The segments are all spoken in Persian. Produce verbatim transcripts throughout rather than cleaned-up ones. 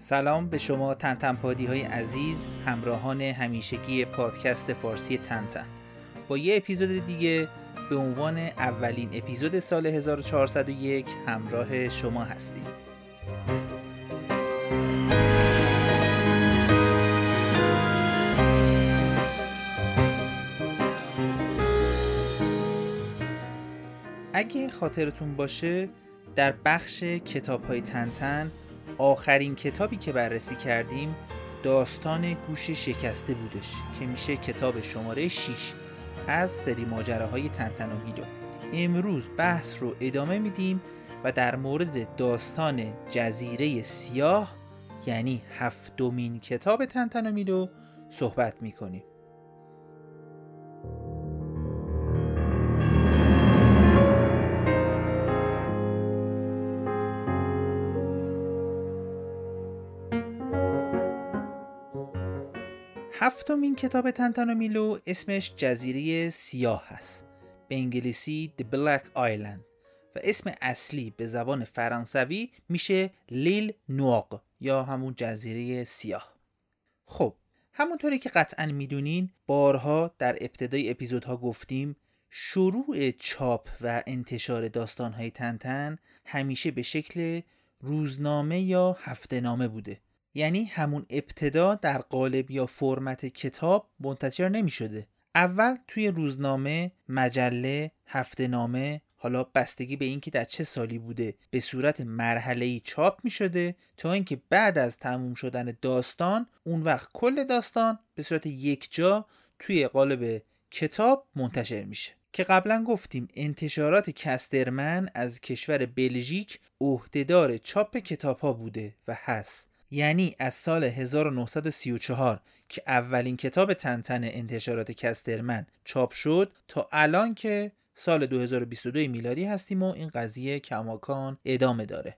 سلام به شما تنتنپادی های عزیز، همراهان همیشگی پادکست فارسی تنتن. با یه اپیزود دیگه به عنوان اولین اپیزود سال هزار و چهارصد و یک همراه شما هستیم. اگه خاطرتون باشه در بخش کتاب‌های تنتن آخرین کتابی که بررسی کردیم داستان گوش شکسته بودش که میشه کتاب شماره شش از سری ماجراهای تنتن و میلو. امروز بحث رو ادامه میدیم و در مورد داستان جزیره سیاه یعنی هفتمین کتاب تنتن و میلو صحبت میکنیم. هفتمین کتاب تنتن و میلو اسمش جزیره سیاه هست، به انگلیسی The Black Island، و اسم اصلی به زبان فرانسوی میشه لیل نواغ یا همون جزیره سیاه. خب همونطوری که قطعاً میدونین بارها در ابتدای اپیزودها گفتیم شروع چاپ و انتشار داستانهای تنتن همیشه به شکل روزنامه یا هفته‌نامه بوده، یعنی همون ابتدا در قالب یا فرمت کتاب منتشر نمی شده. اول توی روزنامه، مجله، هفته‌نامه، حالا بستگی به اینکه در چه سالی بوده، به صورت مرحله‌ای چاپ می شده تا اینکه بعد از تموم شدن داستان اون وقت کل داستان به صورت یک جا توی قالب کتاب منتشر میشه. که قبلا گفتیم انتشارات کسترمن از کشور بلژیک عهدهدار چاپ کتاب ها بوده و هست. یعنی از سال هزار و نهصد و سی و چهار که اولین کتاب تنتن انتشارات کسترمن چاپ شد تا الان که سال دو هزار و بیست و دو میلادی هستیم و این قضیه کماکان ادامه داره.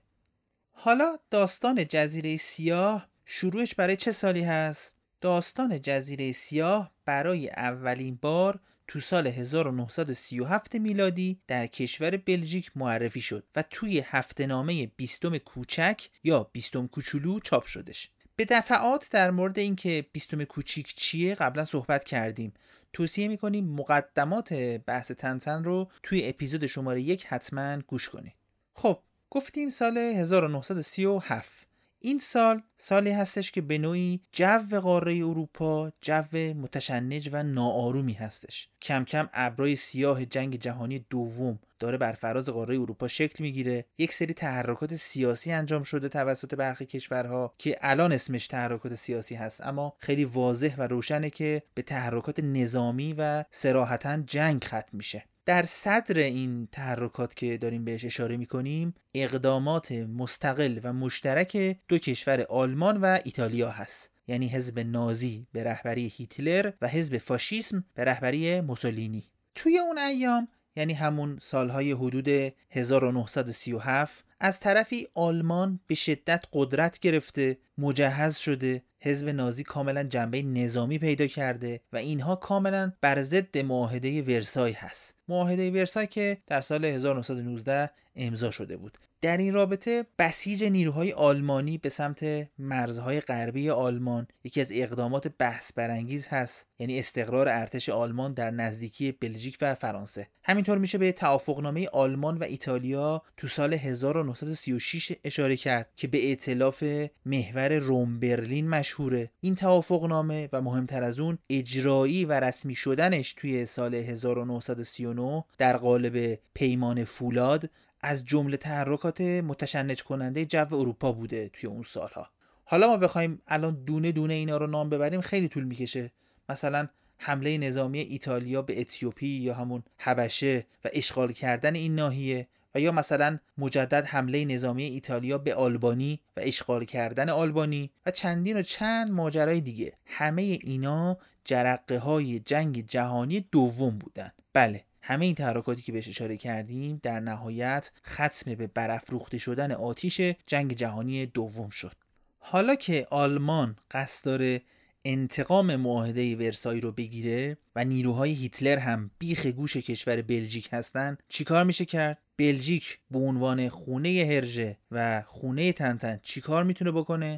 حالا داستان جزیره سیاه شروعش برای چه سالی هست؟ داستان جزیره سیاه برای اولین بار تو سال هزار و نهصد و سی و هفت میلادی در کشور بلژیک معرفی شد و توی هفته‌نامه بیستم کوچک یا بیستم کوچولو چاپ شدش. به دفعات در مورد اینکه بیستم کوچیک چیه قبلا صحبت کردیم. توصیه میکنیم مقدمات بحث تنتن رو توی اپیزود شماره یک حتما گوش کنید. خب گفتیم سال هزار و نهصد و سی و هفت. این سال سالی هستش که به نوعی جو قاره اروپا جو متشنج و ناآرومی هستش. کم کم ابرای سیاه جنگ جهانی دوم داره بر فراز قاره اروپا شکل میگیره. یک سری تحرکات سیاسی انجام شده توسط برخی کشورها که الان اسمش تحرکات سیاسی هست، اما خیلی واضح و روشنه که به تحرکات نظامی و صراحتاً جنگ ختم میشه. در صدر این تحرکات که داریم بهش اشاره میکنیم اقدامات مستقل و مشترک دو کشور آلمان و ایتالیا هست، یعنی حزب نازی به رهبری هیتلر و حزب فاشیسم به رهبری موسولینی. توی اون ایام یعنی همون سالهای حدود هزار و نهصد و سی و هفت از طرفی آلمان به شدت قدرت گرفته، مجهز شده، حزب نازی کاملا جنبه نظامی پیدا کرده و اینها کاملا بر ضد معاهده ورسای هست. معاهده ورسای که در سال هزار و نهصد و نوزده امضا شده بود. در این رابطه بسیج نیروهای آلمانی به سمت مرزهای غربی آلمان یکی از اقدامات بحث برانگیز هست، یعنی استقرار ارتش آلمان در نزدیکی بلژیک و فرانسه. همینطور میشه به توافقنامه آلمان و ایتالیا تو سال هزار و نهصد و سی و شش اشاره کرد که به ائتلاف محور روم برلین مشهوره. این توافقنامه و مهمتر از اون اجرایی و رسمی شدنش توی سال هزار و نهصد و سی و نه در قالب پیمان فولاد از جمله تحرکات متشنج کننده جو اروپا بوده توی اون سالها. حالا ما بخوایم الان دونه دونه اینا رو نام ببریم خیلی طول میکشه. مثلا حمله نظامی ایتالیا به اتیوپی یا همون حبشه و اشغال کردن این ناحیه، و یا مثلا مجدد حمله نظامی ایتالیا به آلبانی و اشغال کردن آلبانی و چندین و چند ماجرای دیگه. همه اینا جرقه های جنگ جهانی دوم بودن. بله، همه این تحرکاتی که بهش اشاره کردیم در نهایت ختم به برافروخته شدن آتش جنگ جهانی دوم شد. حالا که آلمان قصد داره انتقام معاهده ورسای رو بگیره و نیروهای هیتلر هم بیخ گوش کشور بلژیک هستن، چیکار میشه کرد؟ بلژیک به عنوان خونه هرژه و خونه تنتن چیکار میتونه بکنه؟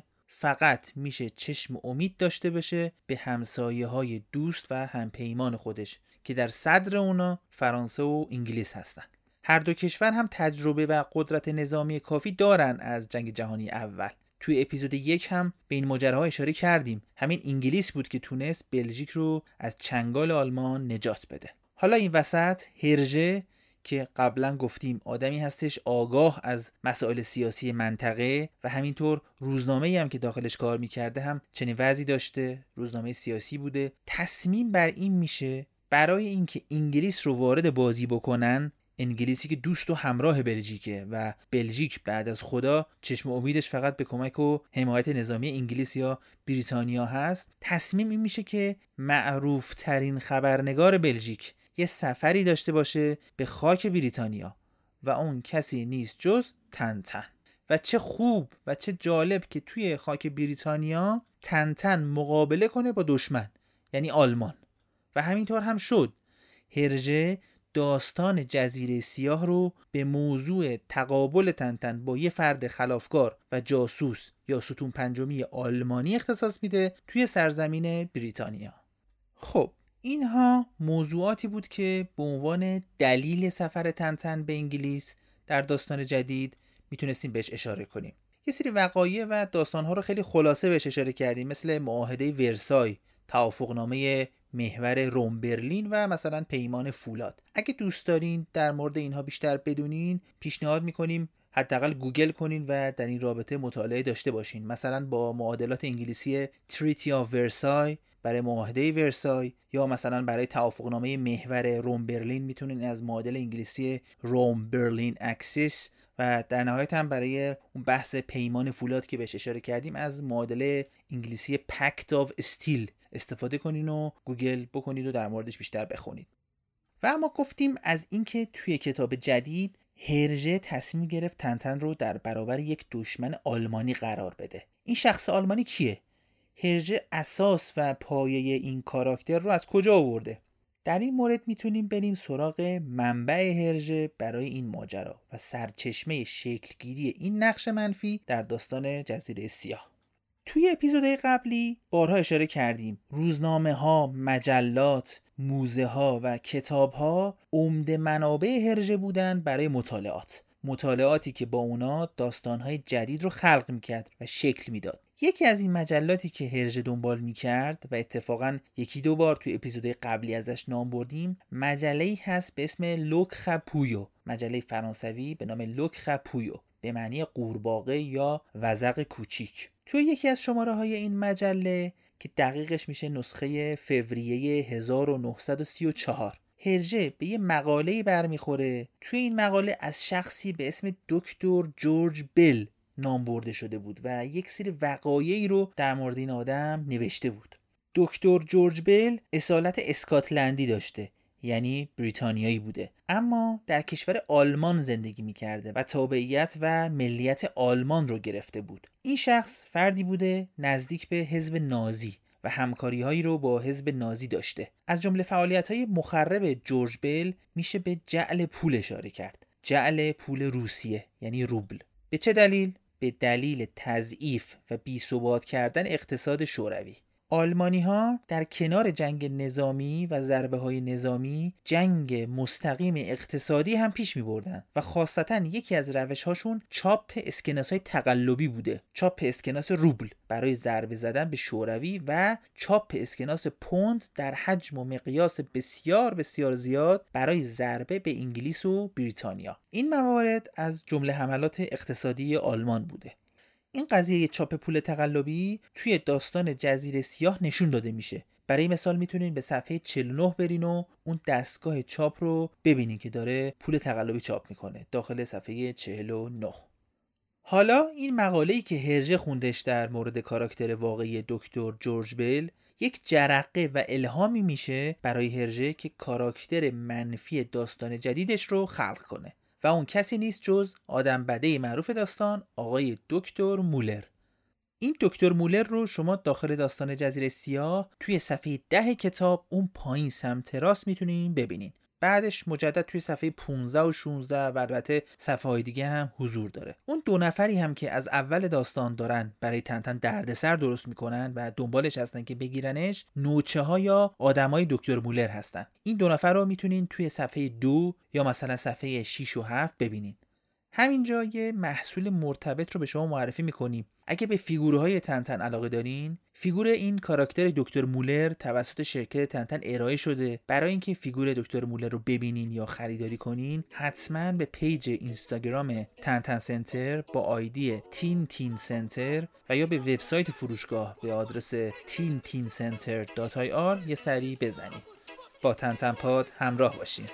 فقط میشه چشم امید داشته باشه به همسایه های دوست و همپیمان خودش که در صدر اونا فرانسه و انگلیس هستن. هر دو کشور هم تجربه و قدرت نظامی کافی دارن از جنگ جهانی اول. توی اپیزود یک هم به این ماجراها اشاره کردیم. همین انگلیس بود که تونست بلژیک رو از چنگال آلمان نجات بده. حالا این وسط هرژه که قبلا گفتیم آدمی هستش آگاه از مسائل سیاسی منطقه و همینطور روزنامه‌ای هم که داخلش کار میکرده هم چنین وضعی داشته، روزنامه سیاسی بوده، تصمیم بر این میشه برای اینکه انگلیس رو وارد بازی بکنن، انگلیسی که دوست و همراه بلژیکه و بلژیک بعد از خدا چشم امیدش فقط به کمک و حمایت نظامی انگلیس یا بریتانیا هست، تصمیم این میشه که معروف ترین خبرنگار بلژیک یه سفری داشته باشه به خاک بریتانیا و اون کسی نیست جز تنتن. و چه خوب و چه جالب که توی خاک بریتانیا تنتن مقابله کنه با دشمن، یعنی آلمان. و همینطور هم شد. هرژه داستان جزیره سیاه رو به موضوع تقابل تنتن با یه فرد خلافکار و جاسوس یا ستون پنجمی آلمانی اختصاص میده توی سرزمین بریتانیا. خب اینها موضوعاتی بود که به عنوان دلیل سفر تنتن به انگلیس در داستان جدید میتونستیم بهش اشاره کنیم. یه سری وقایع و داستانها رو خیلی خلاصه بهش اشاره کردیم، مثل معاهده ورسای، توافقنامه محور روم برلین و مثلا پیمان فولاد. اگه دوست دارین در مورد اینها بیشتر بدونین، پیشنهاد میکنیم حداقل گوگل کنین و در این رابطه مطالعه داشته باشین. مثلا با معادلات انگلیسی Treaty of Versailles برای معاهده ورسای یا مثلا برای توافقنامه محور روم برلین میتونین از معادل انگلیسی روم برلین اکسیس و در نهایت هم برای اون بحث پیمان فولاد که بهش اشاره کردیم از معادل انگلیسی پکت آف استیل استفاده کنین و گوگل بکنید و در موردش بیشتر بخونید. و اما گفتیم از اینکه توی کتاب جدید هرژه تصمیم گرفت تنتن رو در برابر یک دشمن آلمانی قرار بده. این شخص آلمانی کیه؟ هرژه اساس و پایه این کاراکتر رو از کجا آورده؟ در این مورد میتونیم بریم سراغ منبع هرژه برای این ماجرا و سرچشمه شکلگیری این نقش منفی در داستان جزیره سیاه. توی اپیزودهای قبلی بارها اشاره کردیم روزنامه ها، مجلات، موزه ها و کتاب ها عمده منابع هرژه بودن برای مطالعات. مطالعاتی که با اونا داستانهای جدید رو خلق میکرد و شکل میداد. یکی از این مجلاتی که هرژه دنبال میکرد و اتفاقا یکی دو بار توی اپیزودهای قبلی ازش نام بردیم، مجله‌ای هست به اسم لوک خپویو، مجله فرانسوی به نام لوک خپویو به معنی قورباغه یا وزغ کوچیک. توی یکی از شماره های این مجله که دقیقش میشه نسخه فوریه هزار و نهصد و سی و چهار، هرژه به یه مقاله‌ای برمیخوره. توی این مقاله از شخصی به اسم دکتر جورج بل نام برده شده بود و یک سری وقایعی رو در مورد این آدم نوشته بود. دکتر جورج بل اصالت اسکاتلندی داشته، یعنی بریتانیایی بوده، اما در کشور آلمان زندگی میکرده و تابعیت و ملیت آلمان رو گرفته بود. این شخص فردی بوده نزدیک به حزب نازی و همکاری هایی رو با حزب نازی داشته. از جمله فعالیت های مخرب جورج بل میشه به جعل پول اشاره کرد. جعل پول روسیه یعنی روبل. به چه دلیل؟ به دلیل تضعیف و بی‌ثبات کردن اقتصاد شوروی. آلمانی ها در کنار جنگ نظامی و ضربه های نظامی جنگ مستقیم اقتصادی هم پیش می بردن و خاصتا یکی از روش هاشون چاپ اسکناس های تقلبی بوده. چاپ اسکناس روبل برای ضربه زدن به شوروی و چاپ اسکناس پوند در حجم و مقیاس بسیار بسیار زیاد برای ضربه به انگلیس و بریتانیا. این موارد از جمله حملات اقتصادی آلمان بوده. این قضیه چاپ پول تقلبی توی داستان جزیره سیاه نشون داده میشه. برای مثال میتونین به صفحه چهل و نه برین و اون دستگاه چاپ رو ببینین که داره پول تقلبی چاپ میکنه داخل صفحه چهل و نه. حالا این مقاله‌ای که هرژه خوندش در مورد کاراکتر واقعی دکتر جورج بل یک جرقه و الهامی میشه برای هرژه که کاراکتر منفی داستان جدیدش رو خلق کنه و اون کسی نیست جز آدم بده معروف داستان، آقای دکتر مولر. این دکتر مولر رو شما داخل داستان جزیره سیاه توی صفحه ده کتاب اون پایین سمت راست میتونین ببینین. بعدش مجدد توی صفحه پانزده و شانزده و البته صفحه های دیگه هم حضور داره. اون دو نفری هم که از اول داستان دارن برای تنتن دردسر درست میکنن و دنبالش هستن که بگیرنش، نوچه ها یا آدمای دکتر مولر هستن. این دو نفر رو میتونین توی صفحه دو یا مثلا صفحه شش و هفت ببینین. همینجا یه محصول مرتبط رو به شما معرفی میکنیم. اگه به فیگورهای تنتن علاقه دارین، فیگور این کاراکتر دکتر مولر توسط شرکت تنتن ارائه شده. برای اینکه فیگور دکتر مولر رو ببینین یا خریداری کنین، حتما به پیج اینستاگرام تنتن سنتر با آیدی تین تین سنتر و یا به وبسایت فروشگاه به آدرس تین تین سنتر دات آی آر یه سری بزنید. با تنتن پاد همراه باشین.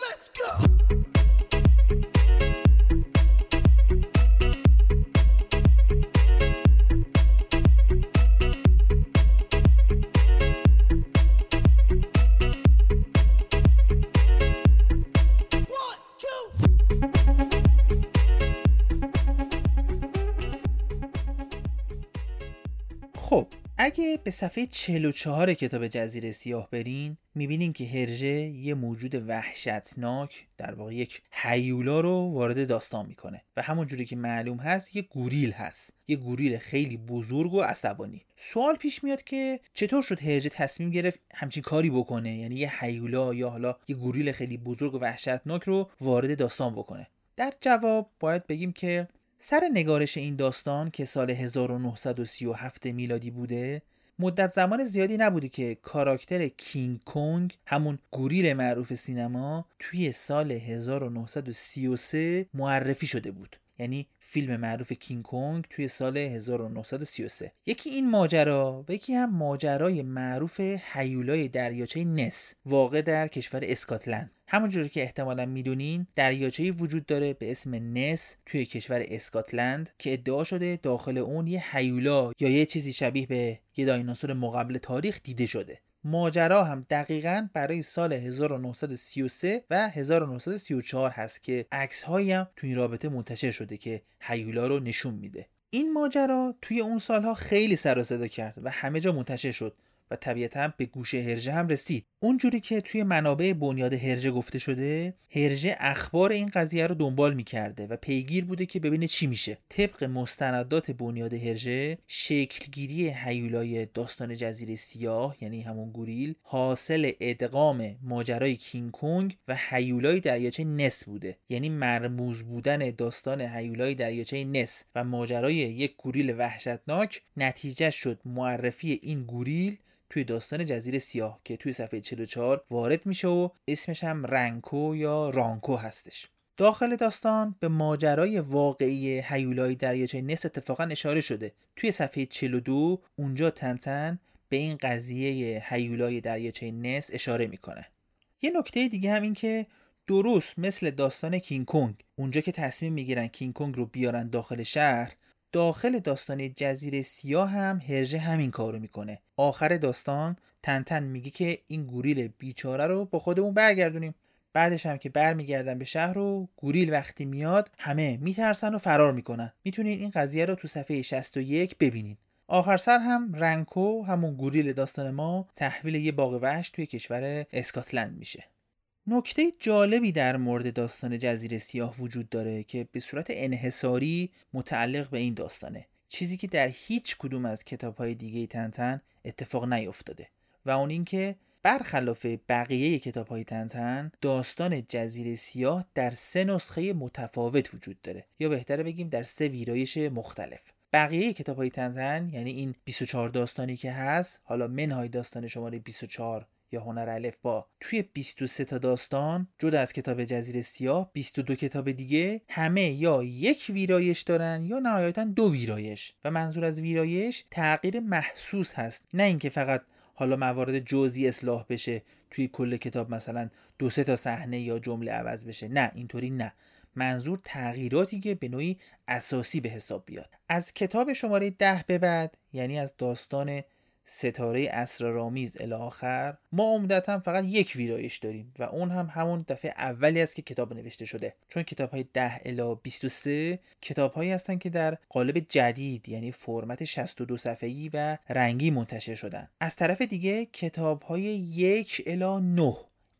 خب اگه به صفحه چهل و چهار کتاب جزیره سیاه برین، میبینین که هرژه یه موجود وحشتناک، در واقع یک هیولا رو وارد داستان میکنه و همونجوری که معلوم هست یه گوریل هست، یه گوریل خیلی بزرگ و عصبانی. سوال پیش میاد که چطور شد هرژه تصمیم گرفت همچین کاری بکنه، یعنی یه هیولا یا حالا یه گوریل خیلی بزرگ و وحشتناک رو وارد داستان بکنه. در جواب باید بگیم که سر نگارش این داستان که سال هزار و نهصد و سی و هفت میلادی بوده، مدت زمان زیادی نبوده که کاراکتر کینگ کنگ، همون گوریل معروف سینما، توی سال هزار و نهصد و سی و سه معرفی شده بود. یعنی فیلم معروف کینگ کنگ توی سال هزار و نهصد و سی و سه. یکی این ماجرا و یکی هم ماجرای معروف هیولای دریاچه نس واقع در کشور اسکاتلند. همونجوری که احتمالاً میدونین، دریاچه‌ای وجود داره به اسم نس توی کشور اسکاتلند که ادعا شده داخل اون یه هیولا یا یه چیزی شبیه به یه دایناسور ماقبل تاریخ دیده شده. ماجرا هم دقیقاً برای سال هزار و نهصد و سی و سه و هزار و نهصد و سی و چهار هست که عکس‌هایی هم توی این رابطه منتشر شده که هیولا رو نشون میده. این ماجرا توی اون سالها خیلی سر و صدا کرد و همه جا منتشر شد و طبیعتاً به گوش هرژه هم رسید. اونجوری که توی منابع بنیاد هرژه گفته شده، هرژه اخبار این قضیه رو دنبال می‌کرده و پیگیر بوده که ببینه چی میشه. طبق مستندات بنیاد هرژه، شکلگیری هیولای داستان جزیره سیاه، یعنی همون گوریل، حاصل ادغام ماجرای کینگ کنگ و هیولای دریاچه نس بوده. یعنی مرموز بودن داستان هیولای دریاچه نس و ماجرای یک گوریل وحشتناک نتیجه شد معرفی این گوریل توی داستان جزیره سیاه که توی صفحه چهل و چهار وارد میشه و اسمش هم رنکو یا رانکو هستش. داخل داستان به ماجرای واقعی هیولای دریاچه نس اتفاقا اشاره شده. توی صفحه چهل و دو اونجا تنتن به این قضیه هیولای دریاچه نس اشاره میکنه. یه نکته دیگه هم این که درست مثل داستان کینگ کنگ، اونجا که تصمیم میگیرن کینگ کنگ رو بیارن داخل شهر، داخل داستان جزیره سیاه هم هرژه همین کارو میکنه. آخر داستان تنتن میگه که این گوریل بیچاره رو با خودمون برگردونیم. بعدش هم که برمیگردن به شهر رو، گوریل وقتی میاد همه میترسن و فرار میکنن. میتونین این قضیه رو تو صفحه شصت و یک ببینین. آخر سر هم رنکو، همون گوریل داستان ما، تحویل یه باغ وحش توی کشور اسکاتلند میشه. نکته جالبی در مورد داستان جزیره سیاه وجود داره که به صورت انحصاری متعلق به این داستانه، چیزی که در هیچ کدوم از کتاب‌های دیگه تنتن اتفاق نیفتاده و اون این که برخلاف بقیه کتاب‌های تنتن، داستان جزیره سیاه در سه نسخه متفاوت وجود داره، یا بهتره بگیم در سه ویرایش مختلف. بقیه کتاب‌های تنتن، یعنی این بیست و چهار داستانی که هست، حالا منهای داستان شماره بیست و چهار یا هنر الفبا، توی بیست و سه تا داستان جدا از کتاب جزیره سیاه، بیست و دو کتاب دیگه همه یا یک ویرایش دارن یا نهایتاً دو ویرایش. و منظور از ویرایش تغییر محسوس هست، نه اینکه فقط حالا موارد جزئی اصلاح بشه، توی کل کتاب مثلا دو سه تا صحنه یا جمله عوض بشه. نه، اینطوری نه. منظور تغییراتی که به نوعی اساسی به حساب بیاد. از کتاب شماره ده به بعد، یعنی از داستان ستاره اسرارآمیز الی آخر، ما عمدتاً فقط یک ویرایش داریم و اون هم همون دفعه اولی است که کتاب نوشته شده، چون کتاب‌های ده الی بیست و سه کتاب‌هایی هستن که در قالب جدید، یعنی فرمت شصت و دو صفحه‌ای و رنگی منتشر شدن. از طرف دیگه کتاب‌های یک الی نه،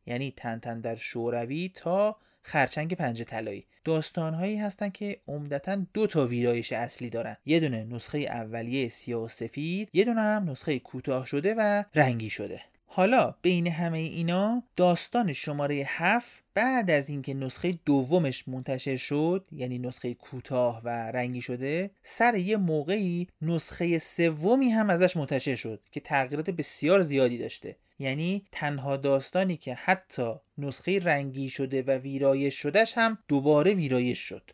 یعنی تنتن در شوروی تا خرچنگ پنجه طلایی. داستان‌هایی هستن که عمدتاً دو تا ویرایش اصلی دارن. یه دونه نسخه اولیه سیاه و سفید، یه دونه هم نسخه کوتاه شده و رنگی شده. حالا بین همه اینا داستان شماره هفت بعد از اینکه نسخه دومش منتشر شد، یعنی نسخه کوتاه و رنگی شده، سر یه موقعی نسخه سومی هم ازش منتشر شد که تغییرات بسیار زیادی داشته. یعنی تنها داستانی که حتی نسخه رنگی شده و ویرایش شدهش هم دوباره ویرایش شد.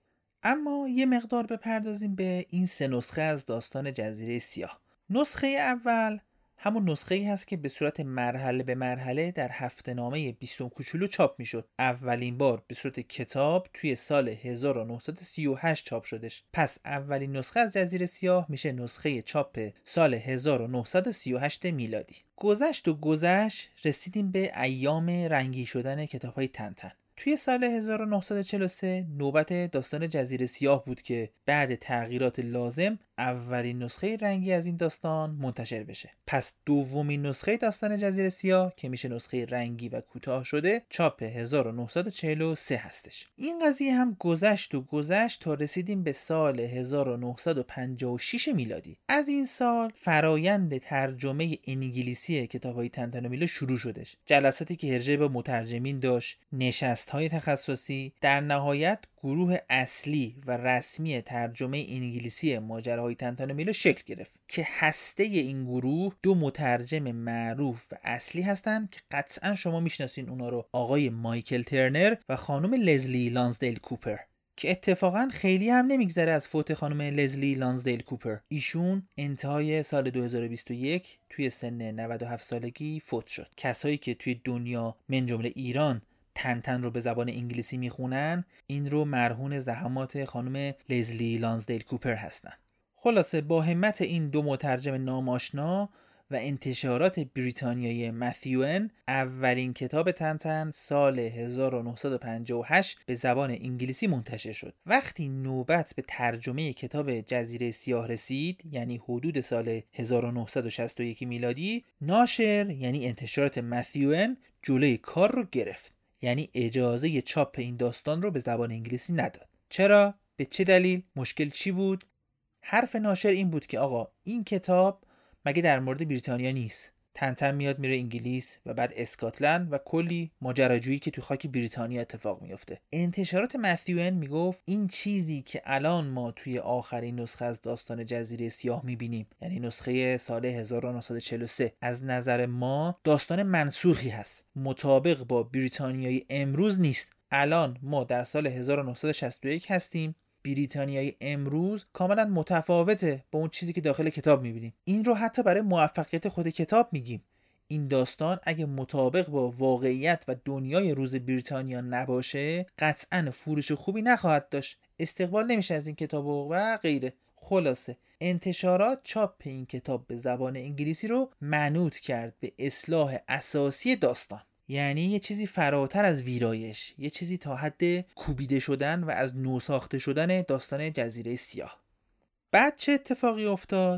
اما یه مقدار بپردازیم به این سه نسخه از داستان جزیره سیاه. نسخه اول همون نسخه ای هست که به صورت مرحله به مرحله در هفته نامه بیستم کوچولو چاپ می شد. اولین بار به صورت کتاب توی سال هزار و نهصد و سی و هشت چاپ شدش. پس اولین نسخه از جزیره سیاه میشه نسخه چاپ سال هزار و نهصد و سی و هشت میلادی. گذشت و گذشت رسیدیم به ایام رنگی شدن کتاب های تنتن. توی سال هزار و نهصد و چهل و سه نوبت داستان جزیره سیاه بود که بعد تغییرات لازم اولین نسخه رنگی از این داستان منتشر بشه. پس دومین نسخه داستان جزیره سیاه که میشه نسخه رنگی و کوتاه شده چاپ هزار و نهصد و چهل و سه هستش. این قضیه هم گذشت و گذشت تا رسیدیم به سال هزار و نهصد و پنجاه و شش میلادی. از این سال فرایند ترجمه انگلیسی کتاب‌های تنتن و میلو شروع شدش. جلساتی که هرژه با مترجمین داشت، نشست‌های تخصصی، در نهایت گروه اصلی و رسمی ترجمه انگلیسی ماجراهای تنتن و میلو شکل گرفت که هسته این گروه دو مترجم معروف و اصلی هستند که قطعا شما میشناسین اونا رو، آقای مایکل ترنر و خانم لزلی لانزدیل کوپر، که اتفاقا خیلی هم نمیگذره از فوت خانم لزلی لانزدیل کوپر. ایشون انتهای سال دو هزار و بیست و یک توی سن نود و هفت سالگی فوت شد. کسایی که توی دنیا من جمله ایران تنتن رو به زبان انگلیسی میخونن این رو مرهون زحمات خانم لزلی لانزدیل کوپر هستن. خلاصه با همت این دو مترجم ناماشنا و انتشارات بریتانیایی متیون اولین کتاب تنتن سال هزار و نهصد و پنجاه و هشت به زبان انگلیسی منتشر شد. وقتی نوبت به ترجمه کتاب جزیره سیاه رسید، یعنی حدود سال هزار و نهصد و شصت و یک میلادی، ناشر یعنی انتشارات متیون جلوی کار رو گرفت. یعنی اجازه چاپ این داستان رو به زبان انگلیسی نداد. چرا؟ به چه دلیل؟ مشکل چی بود؟ حرف ناشر این بود که آقا این کتاب مگه در مورد بریتانیا نیست؟ تنتن میاد میره انگلیس و بعد اسکاتلند و کلی ماجراجویی که تو خاک بریتانیا اتفاق میفته. انتشارات متیون میگفت این چیزی که الان ما توی آخرین نسخه از داستان جزیره سیاه میبینیم، یعنی نسخه سال هزار و نهصد و چهل و سه، از نظر ما داستان منسوخی هست، مطابق با بریتانیای امروز نیست. الان ما در سال هزار و نهصد و شصت و یک هستیم، بریتانیای امروز کاملا متفاوته با اون چیزی که داخل کتاب میبینیم. این رو حتی برای موفقیت خود کتاب میگیم. این داستان اگه مطابق با واقعیت و دنیای روز بریتانیا نباشه قطعاً فروش خوبی نخواهد داشت، استقبال نمیشه از این کتاب و غیره. خلاصه انتشارات چاپ این کتاب به زبان انگلیسی رو منوط کرد به اصلاح اساسی داستان، یعنی یه چیزی فراتر از ویرایش، یه چیزی تا حد کوبیده شدن و از نو ساخته شدن داستان جزیره سیاه. بعد چه اتفاقی افتاد؟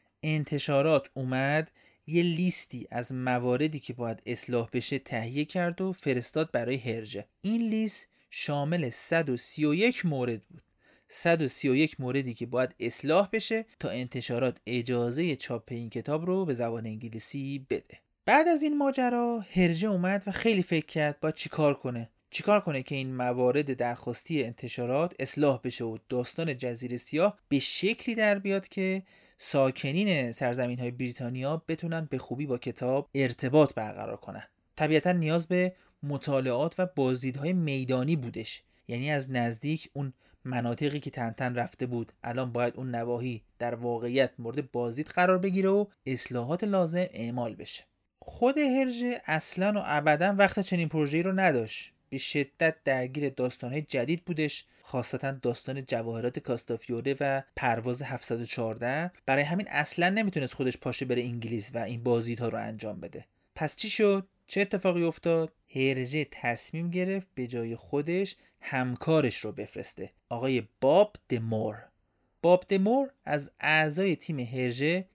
انتشارات اومد یه لیستی از مواردی که باید اصلاح بشه تهیه کرد و فرستاد برای هرژه. این لیست شامل صد و سی و یک مورد بود. صد و سی و یک موردی که باید اصلاح بشه تا انتشارات اجازه چاپ این کتاب رو به زبان انگلیسی بده. بعد از این ماجرا هرژه اومد و خیلی فکر کرد باید چیکار کنه چیکار کنه که این موارد درخواستی انتشارات اصلاح بشه و داستان جزیره سیاه به شکلی در بیاد که ساکنین سرزمین‌های بریتانیا بتونن به خوبی با کتاب ارتباط برقرار کنن. طبیعتا نیاز به مطالعات و بازدیدهای میدانی بودش، یعنی از نزدیک اون مناطقی که تنتن رفته بود الان باید اون نواحی در واقعیت مورد بازدید قرار بگیره و اصلاحات لازم اعمال بشه. خود هرژه اصلا و ابدا وقت چنین پروژه‌ای رو نداشت. به شدت درگیر داستان‌های جدید بودش، خاصتا داستان جواهرات کاستافیوره و پرواز هفتصد و چهارده. برای همین اصلا نمیتونست خودش پاشه بره انگلیس و این بازدیدها رو انجام بده. پس چی شد؟ چه اتفاقی افتاد؟ هرژه تصمیم گرفت به جای خودش همکارش رو بفرسته، آقای باب دمور. باب دمور از اعضای تیم هرژه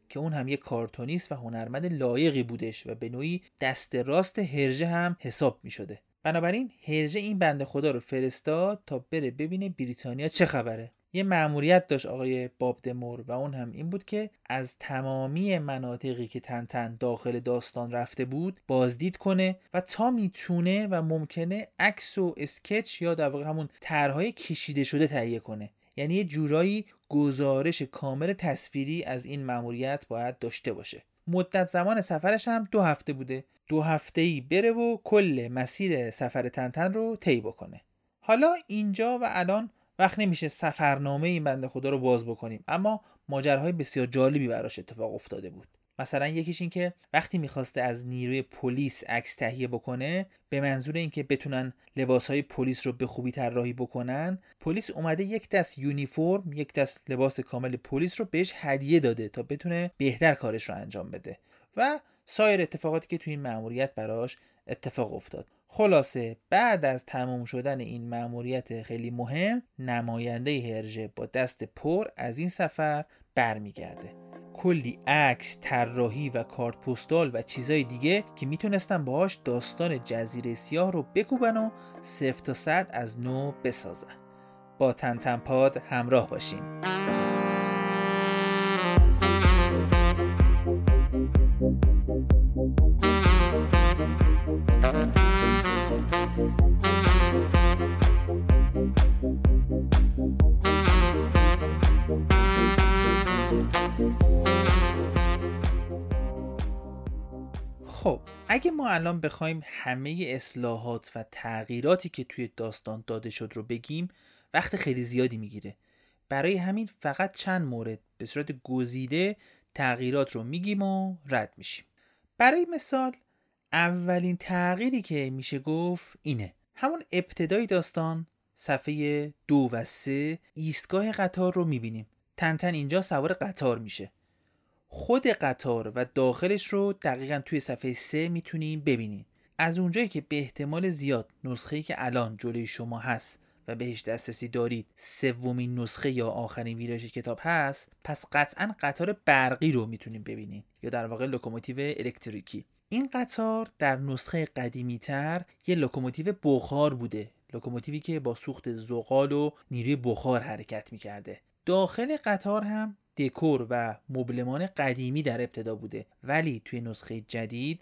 که اون هم یک کارتونیست و هنرمند لایقی بودش و به نوعی دست راست هرژه هم حساب می شده. بنابراین هرژه این بنده خدا رو فرستاد تا بره ببینه بریتانیا چه خبره. یه مأموریت داشت آقای باب دمور و اون هم این بود که از تمامی مناطقی که تنتن داخل داستان رفته بود بازدید کنه و تا میتونه و ممکنه عکس و اسکچ یا در واقع همون طرح‌های کشیده شده تهیه کنه. یعنی یه جورایی گزارش کامل تصویری از این مأموریت باید داشته باشه. مدت زمان سفرش هم دو هفته بوده. دو هفته‌ای بره و کل مسیر سفر تنتن رو طی بکنه. حالا اینجا و الان وقت نمیشه سفرنامه این بنده خدا رو باز بکنیم، اما ماجراهای بسیار جالبی براش اتفاق افتاده بود. مثلا یکیش این که وقتی میخواسته از نیروی پلیس عکس تهیه بکنه به منظور اینکه بتونن لباسهای پلیس رو به خوبی طراحی بکنن، پلیس اومده یک دست یونیفرم، یک دست لباس کامل پلیس رو بهش هدیه داده تا بتونه بهتر کارش رو انجام بده و سایر اتفاقاتی که توی این مأموریت براش اتفاق افتاد. خلاصه بعد از تمام شدن این مأموریت خیلی مهم، نماینده هرژه با دست پر از این سفر برمیگرده. کلی عکس، طراحی و کارت پستال و چیزای دیگه که میتونستن باهاش داستان جزیره سیاه رو بکوبن و صفر تا صد از نو بسازن. با تنتن پاد همراه باشین. خب اگه ما الان بخوایم همه اصلاحات و تغییراتی که توی داستان داده شد رو بگیم وقت خیلی زیادی میگیره. برای همین فقط چند مورد به صورت گزیده تغییرات رو میگیم و رد میشیم. برای مثال اولین تغییری که میشه گفت اینه. همون ابتدای داستان صفحه دو و سه ایستگاه قطار رو میبینیم. تنتن اینجا سوار قطار میشه. خود قطار و داخلش رو دقیقاً توی صفحه سه میتونیم ببینیم. از اونجایی که به احتمال زیاد نسخه‌ای که الان جلوی شما هست و بهش دسترسی دارید سومین نسخه یا آخرین ویرایش کتاب هست، پس قطعاً قطار برقی رو میتونیم ببینیم یا در واقع لوکوموتیو الکتریکی. این قطار در نسخه قدیمی‌تر یه لوکوموتیو بخار بوده، لوکوموتیوی که با سوخت زغال و نیروی بخار حرکت می‌کرده. داخل قطار هم دکور و مبلمان قدیمی در ابتدا بوده، ولی توی نسخه جدید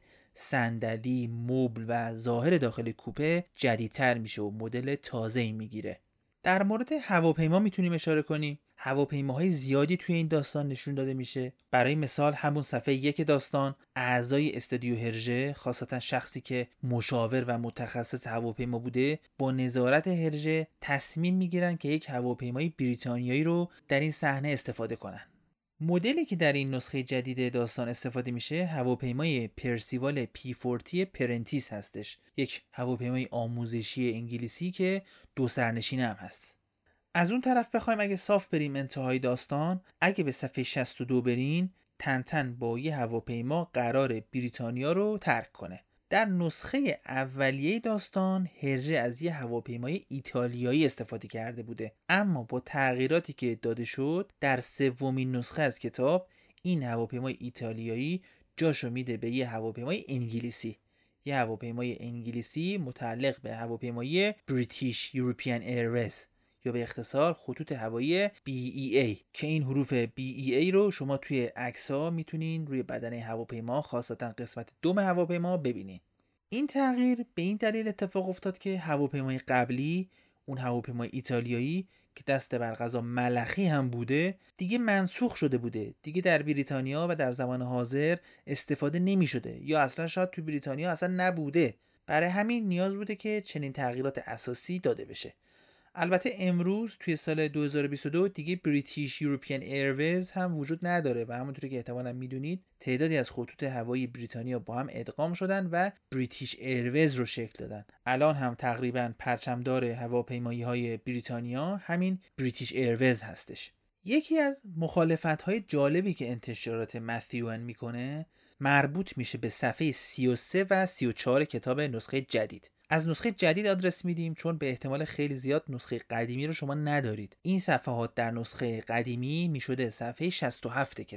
صندلی، مبل و ظاهر داخل کوپه جدیدتر میشه و مدل تازه‌ای میگیره. در مورد هواپیما میتونیم اشاره کنیم. هواپیماهای زیادی توی این داستان نشون داده میشه. برای مثال همون صفحه یک داستان اعضای استودیو هرژه، خاصتا شخصی که مشاور و متخصص هواپیما بوده، با نظارت هرژه تصمیم میگیرن که یک هواپیمای بریتانیایی رو در این صحنه استفاده کنن. مدلی که در این نسخه جدید داستان استفاده میشه هواپیمای پرسیوال پی چهل پرنتیس هستش، یک هواپیمای آموزشی انگلیسی که دو سرنشین هم هست. از اون طرف بخوایم اگه صاف بریم انتهای داستان، اگه به صفحه شصت و دو برین، تنتن با یه هواپیما قرار بریتانیا رو ترک کنه. در نسخه اولیه داستان هرژه از یه هواپیمای ایتالیایی استفاده کرده بوده، اما با تغییراتی که داده شد در سومین نسخه از کتاب این هواپیمای ایتالیایی جاشو میده به یه هواپیمای انگلیسی، یه هواپیمای انگلیسی متعلق به هواپیمای بریتیش یوروپیان ایرویز یا به اختصار خطوط هوایی بی ای ای که این حروف بی ای ای رو شما توی عکس‌ها میتونین روی بدن هواپیما خاصتا قسمت دم هواپیما ببینین. این تغییر به این دلیل اتفاق افتاد که هواپیمای قبلی، اون هواپیمای ایتالیایی که دست بر قضا ملخی هم بوده، دیگه منسوخ شده بوده، دیگه در بریتانیا و در زمان حاضر استفاده نمی شده یا اصلا شاید تو بریتانیا اصلا نبوده. برای همین نیاز بوده که چنین تغییرات اساسی داده بشه. البته امروز توی سال دو هزار و بیست و دو دیگه بریتیش یوروپیان ایرویز هم وجود نداره و همونطوری که احتمالاً میدونید تعدادی از خطوط هوایی بریتانیا با هم ادغام شدن و بریتیش ایرویز رو شکل دادن. الان هم تقریباً پرچمدار هواپیمایی‌های بریتانیا همین بریتیش ایرویز هستش. یکی از مخالفت‌های جالبی که انتشارات متیوئن میکنه مربوط میشه به صفحه سی و سه و سی و چهار کتاب نسخه جدید. از نسخه جدید آدرس میدیم چون به احتمال خیلی زیاد نسخه قدیمی رو شما ندارید. این صفحات در نسخه قدیمی میشده صفحه شصت و هفت کتاب.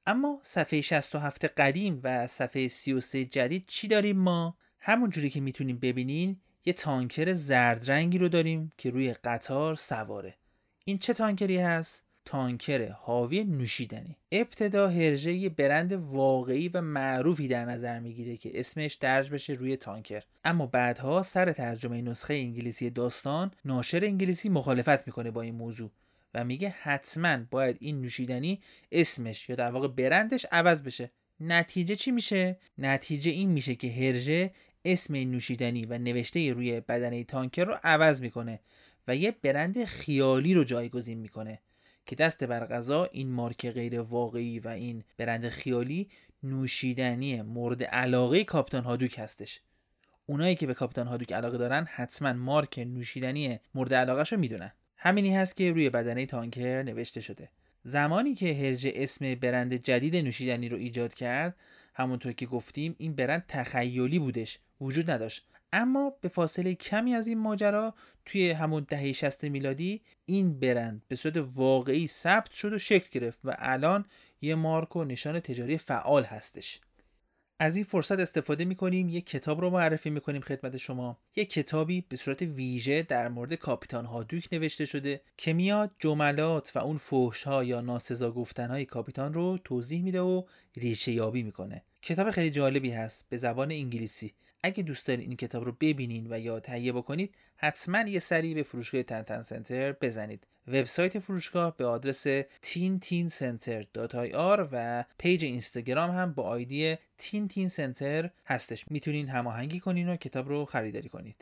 اما صفحه شصت و هفت قدیم و صفحه سی و سه جدید چی داریم ما؟ همون جوری که میتونیم ببینین یه تانکر زرد رنگی رو داریم که روی قطار سواره. این چه تانکری هست؟ تانکر حاوی نوشیدنی. ابتدا هرژه یه برند واقعی و معروفی در نظر میگیره که اسمش درج بشه روی تانکر، اما بعدها سر ترجمه نسخه انگلیسی داستان ناشر انگلیسی مخالفت میکنه با این موضوع و میگه حتما باید این نوشیدنی اسمش یا در واقع برندش عوض بشه. نتیجه چی میشه؟ نتیجه این میشه که هرژه اسم این نوشیدنی و نوشته روی بدنه تانکر رو عوض میکنه و یه برند خیالی رو جایگزین میکنه که دست بر قضا این مارک غیر واقعی و این برند خیالی نوشیدنی مورد علاقه کاپیتان هادوک هستش. اونایی که به کاپیتان هادوک علاقه دارن حتما مارک نوشیدنی مورد علاقه‌شو میدونن. همینی هست که روی بدنه تانکر نوشته شده. زمانی که هرژه اسم برند جدید نوشیدنی رو ایجاد کرد، همونطور که گفتیم این برند تخیلی بودش، وجود نداشت. اما به فاصله کمی از این ماجرا توی همون دهه شصت میلادی این برند به صورت واقعی ثبت شد و شکل گرفت و الان یه مارک و نشان تجاری فعال هستش. از این فرصت استفاده میکنیم یک کتاب رو معرفی میکنیم خدمت شما. یک کتابی به صورت ویژه در مورد کاپیتان هادوک نوشته شده که میاد جملات و اون فحش‌ها یا ناسزا گفتن‌های کاپیتان رو توضیح میده و ریشه یابی میکنه. کتاب خیلی جالبی هست به زبان انگلیسی. اگه دوست دارین این کتاب رو ببینین و یا تهیه بکنید، حتما یه سری به فروشگاه تنتن سنتر بزنید. وبسایت فروشگاه به آدرس تین تین سنتر دات آی آر و پیج اینستاگرام هم با آیدی تین تین سنتر هستش. میتونین هماهنگی کنین و کتاب رو خریداری کنید.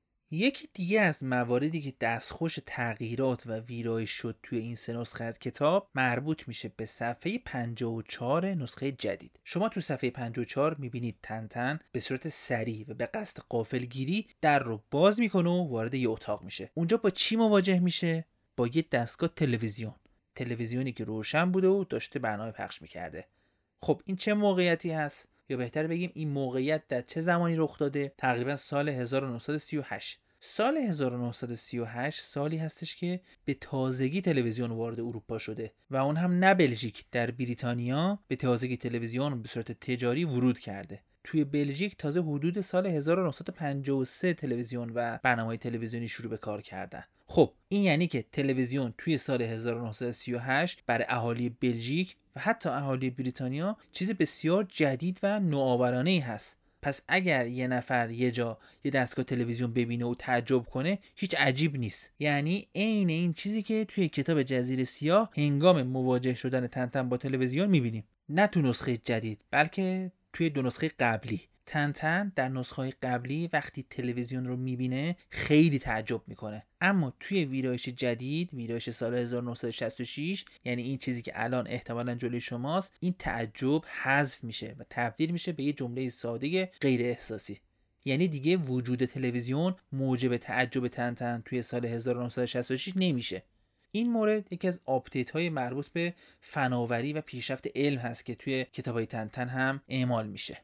یکی دیگه از مواردی که دستخوش تغییرات و ویرایش شد توی این سه نسخه از کتاب مربوط میشه به صفحه پنجاه و چهار نسخه جدید. شما تو صفحه پنجاه و چهار میبینید تنتن به صورت سریع و به قصد غافلگیری در رو باز میکنه و وارد یه اتاق میشه. اونجا با چی مواجه میشه؟ با یه دستگاه تلویزیون. تلویزیونی که روشن بوده و داشته برنامه پخش میکرده. خب این چه موقعیتی هست؟ یا بهتر بگیم این موقعیت در چه زمانی رخ داده؟ تقریبا سال هزار و نهصد و سی و هشت. سال هزار و نهصد و سی و هشت سالی هستش که به تازگی تلویزیون وارد اروپا شده و اون هم نه بلژیک، در بریتانیا به تازگی تلویزیون به صورت تجاری ورود کرده. توی بلژیک تازه حدود سال هزار و نهصد و پنجاه و سه تلویزیون و برنامه‌های تلویزیونی شروع به کار کردن. خب این یعنی که تلویزیون توی سال هزار و نهصد و سی و هشت برای اهالی بلژیک و حتی اهالی بریتانیا چیز بسیار جدید و نوآورانه‌ای هست. پس اگر یه نفر یه جا یه دستگاه تلویزیون ببینه و تعجب کنه هیچ عجیب نیست. یعنی عین این چیزی که توی کتاب جزیره سیاه هنگام مواجه شدن تنتن با تلویزیون میبینیم. نه تو نسخه جدید بلکه توی دو نسخه قبلی. تنتن در نسخه‌های قبلی وقتی تلویزیون رو میبینه خیلی تعجب میکنه، اما توی ویرایش جدید، ویرایش سال هزار و نهصد و شصت و شش، یعنی این چیزی که الان احتمالاً جلوی شماست، این تعجب حذف میشه و تبدیل میشه به یه جمله ساده غیر احساسی. یعنی دیگه وجود تلویزیون موجب تعجب تنتن توی سال هزار و نهصد و شصت و شش نمیشه. این مورد یکی از آپدیت های مربوط به فناوری و پیشرفت علم هست که توی کتابای تنتن هم اعمال میشه.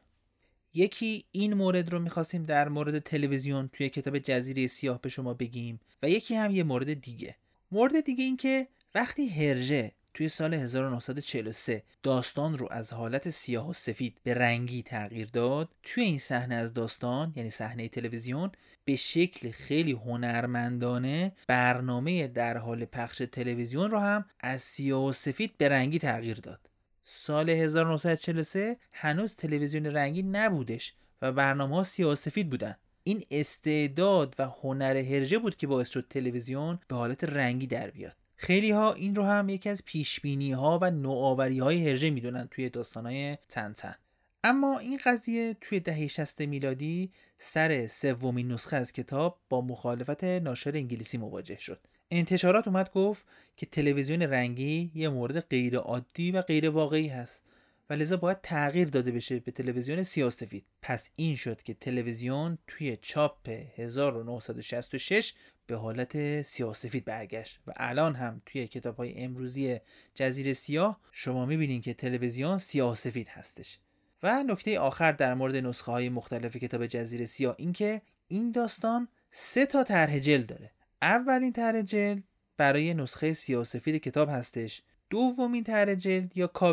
یکی این مورد رو میخواستیم در مورد تلویزیون توی کتاب جزیره سیاه به شما بگیم و یکی هم یه مورد دیگه. مورد دیگه این که وقتی هرژه توی سال هزار و نهصد و چهل و سه داستان رو از حالت سیاه و سفید به رنگی تغییر داد، توی این صحنه از داستان یعنی صحنه تلویزیون به شکل خیلی هنرمندانه برنامه در حال پخش تلویزیون رو هم از سیاه و سفید به رنگی تغییر داد. سال هزار و نهصد و چهل و سه هنوز تلویزیون رنگی نبودش و برنامه‌ها سیاه و سفید بودن. این استعداد و هنر هرژه بود که باعث شد تلویزیون به حالت رنگی در بیاد. خیلی ها این رو هم یکی از پیشبینی ها و نوآوری های هرژه میدونن توی داستان‌های تنتن. اما این قضیه توی دهه شصت میلادی سر سومین نسخه از کتاب با مخالفت ناشر انگلیسی مواجه شد. انتشارات اومد گفت که تلویزیون رنگی یه مورد غیر عادی و غیر واقعی هست و لذا باید تغییر داده بشه به تلویزیون سیاه‌سفید. پس این شد که تلویزیون توی چاپ هزار و نهصد و شصت و شش به حالت سیاه‌سفید برگشت و الان هم توی کتاب‌های امروزی جزیره سیاه شما می‌بینین که تلویزیون سیاه‌سفید هستش. و نکته آخر در مورد نسخه‌های مختلف کتاب جزیره سیاه این که این داستان سه تا طرح جلد داره. اولین طرح جلد برای نسخه سیاه‌سفید کتاب هستش. دومین طرح جلد یا کاور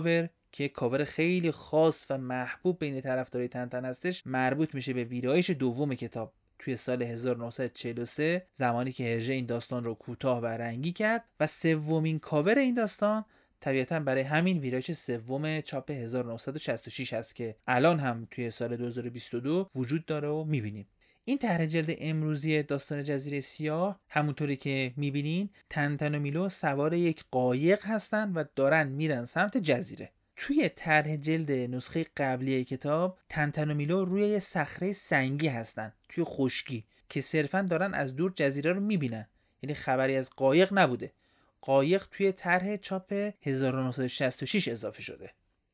که کاور خیلی خاص و محبوب بین طرفدارای تنتن هستش، مربوط میشه به ویرایش دوم کتاب توی سال هزار و نهصد و چهل و سه، زمانی که هرژه این داستان رو کوتاه و رنگی کرد و سومین کاور این داستان طبیعتاً برای همین ویرایش سوم چاپ هزار و نهصد و شصت و شش هست که الان هم توی سال دو هزار و بیست و دو وجود داره و میبینیم. این طرح جلد امروزی داستان جزیره سیاه، همونطوری که میبینین تنتن و میلو سوار یک قایق هستن و دارن میرن سمت جزیره. توی طرح جلد نسخه قبلی کتاب تنتن و میلو روی یه صخره سنگی هستن توی خشکی که صرفاً دارن از دور جزیره رو میبینن، یعنی خبری از قایق نبوده. قایق توی طرح چاپ هزار و نهصد و شصت و شش اضافه شده.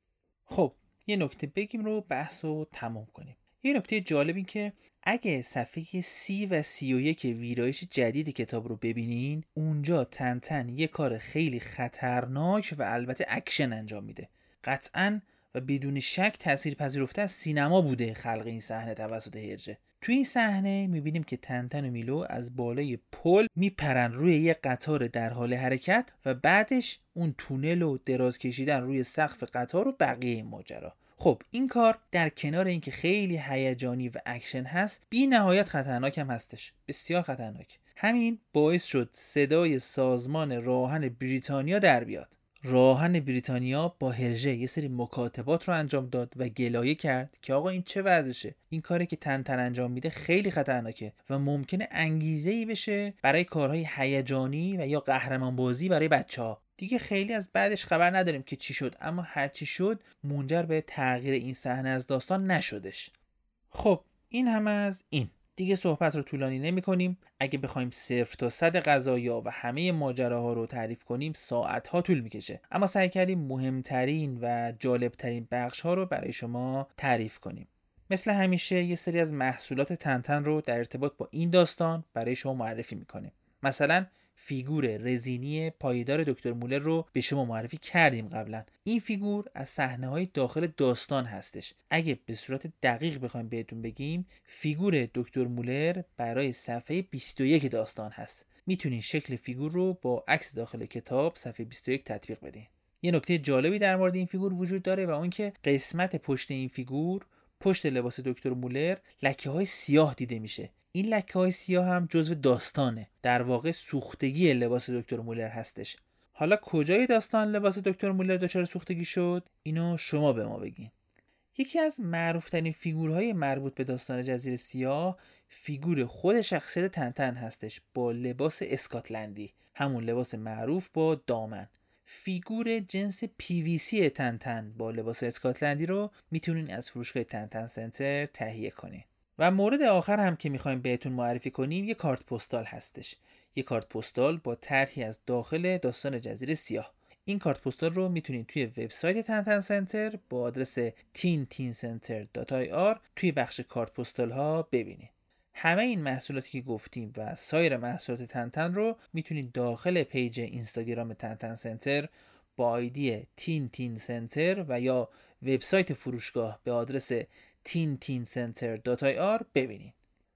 خب یه نکته بگیم رو بحث رو تمام کنیم. یه نکته جالب این که اگه صفحه سی و سی و یک ویرایش جدید کتاب رو ببینین، اونجا تنتن یه کار خیلی خطرناک و البته اکشن انجام میده. قطعاً و بدون شک تأثیر پذیرفته از سینما بوده خلق این صحنه توسط هرژه. توی این صحنه میبینیم که تنتن و میلو از بالای پل میپرن روی یه قطار در حال حرکت و بعدش اون تونل و دراز کشیدن روی سقف قطار و بقیه این ماجرا. خب این کار در کنار اینکه خیلی هیجانی و اکشن هست، بی نهایت خطرناک هم هستش، بسیار خطرناک. همین باعث شد صدای سازمان راهن بریتانیا در بیاد. راهن بریتانیا با هرژه یه سری مکاتبات رو انجام داد و گلایه کرد که آقا این چه وضعشه، این کاری که تنتن انجام میده خیلی خطرناکه و ممکنه انگیزه‌ای بشه برای کارهای هیجانی و یا قهرمان بازی برای بچه‌ها. دیگه خیلی از بعدش خبر نداریم که چی شد، اما هر چی شد منجر به تغییر این صحنه از داستان نشدش. خب این هم از این. دیگه صحبت رو طولانی نمی کنیم. اگه بخوایم صفر تا صد قضایا و همه ماجراها رو تعریف کنیم ساعت ها طول میکشه، اما سعی کردیم مهمترین و جالبترین بخش ها رو برای شما تعریف کنیم. مثل همیشه یه سری از محصولات تنتن رو در ارتباط با این داستان برای شما معرفی میکنیم. مثلا فیگور رزینی پایدار دکتر مولر رو به شما معرفی کردیم قبلا. این فیگور از صحنه‌های داخل داستان هستش. اگه به صورت دقیق بخوایم بهتون بگیم، فیگور دکتر مولر برای صفحه بیست و یک داستان هست. میتونین شکل فیگور رو با عکس داخل کتاب صفحه بیست و یک تطبیق بدین. یه نکته جالبی در مورد این فیگور وجود داره و اون که قسمت پشت این فیگور، پشت لباس دکتر مولر، لکه‌های سیاه دیده میشه. این لکه‌های سیاه هم جزو داستانه، در واقع سوختگی لباس دکتر مولر هستش. حالا کجای داستان لباس دکتر مولر دچار سوختگی شد؟ اینو شما به ما بگین. یکی از معروفترین فیگورهای مربوط به داستان جزیره سیاه فیگور خود شخصیت تنتن هستش با لباس اسکاتلندی، همون لباس معروف با دامن. فیگور جنس پی وی سی تنتن با لباس اسکاتلندی رو میتونین از فروشگاه تنتن سنتر تهیه کنین. و مورد آخر هم که میخوایم بهتون معرفی کنیم یه کارت پستال هستش. یه کارت پستال با طرحی از داخل داستان جزیره سیاه. این کارت پستال رو میتونید توی وبسایت تنتن سنتر با آدرس تین تین سنتر دات آی آر توی بخش کارت پستال ها ببینید. همه این محصولاتی که گفتیم و سایر محصولات تنتن رو میتونید داخل پیج اینستاگرام تنتن سنتر با آیدی تین تین سنتر و یا وبسایت فروشگاه به آدرس تین تین سنتر دات آی آر ببینید.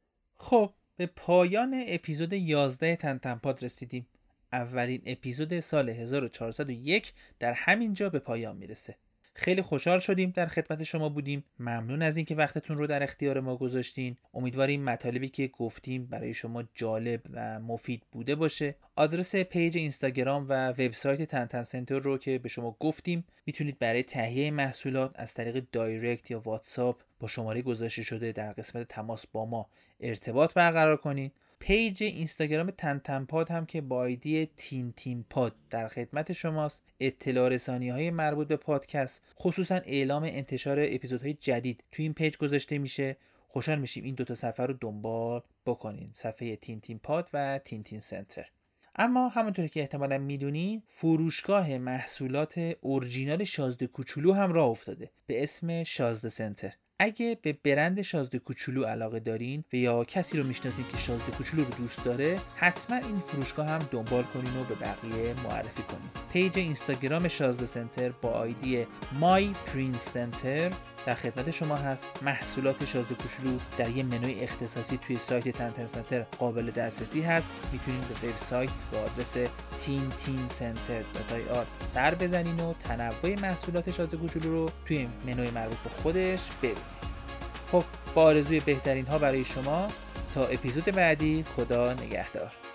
خب به پایان اپیزود یازده تنتن پاد رسیدیم. اولین اپیزود سال هزار و چهارصد و یک در همین جا به پایان میرسه. خیلی خوشحال شدیم در خدمت شما بودیم. ممنون از اینکه وقتتون رو در اختیار ما گذاشتین. امیدواریم مطالبی که گفتیم برای شما جالب و مفید بوده باشه. آدرس پیج اینستاگرام و وبسایت تنتن سنتر رو که به شما گفتیم میتونید برای تهیه محصولات از طریق دایرکت یا واتساپ با شماره گذاشته شده در قسمت تماس با ما ارتباط برقرار کنید. پیج اینستاگرام تنتن پاد هم که با آیدی تین تین پاد در خدمت شماست. اطلاع رسانی های مربوط به پادکست، خصوصا اعلام انتشار اپیزودهای جدید توی این پیج گذاشته میشه. خوشحال میشیم این دوتا صفحه رو دنبال بکنین، صفحه تین تین پاد و تین تین سنتر. اما همونطوری که احتمالاً میدونین فروشگاه محصولات اورجینال شازده کوچولو هم راه افتاده به اسم شازده سنتر. اگه به برند شازده کوچولو علاقه دارین و یا کسی رو میشناسین که شازده کوچولو رو دوست داره، حتما این فروشگاه هم دنبال کنین و به بقیه معرفی کنین. پیج اینستاگرام شازده سنتر با آیدی My Prince Center در خدمت شما هست. محصولات شازده کوچولو در یه منوی اختصاصی توی سایت تنتن سنتر قابل دسترسی هست. میتونید به وبسایت با آدرس تین تین سنتر دات آی آر سر بزنین و تنوع محصولات شازده کوچولو رو توی منوی مربوط به خودش ببینید. خب با آرزوی بهترین ها برای شما تا اپیزود بعدی، خدا نگهدار.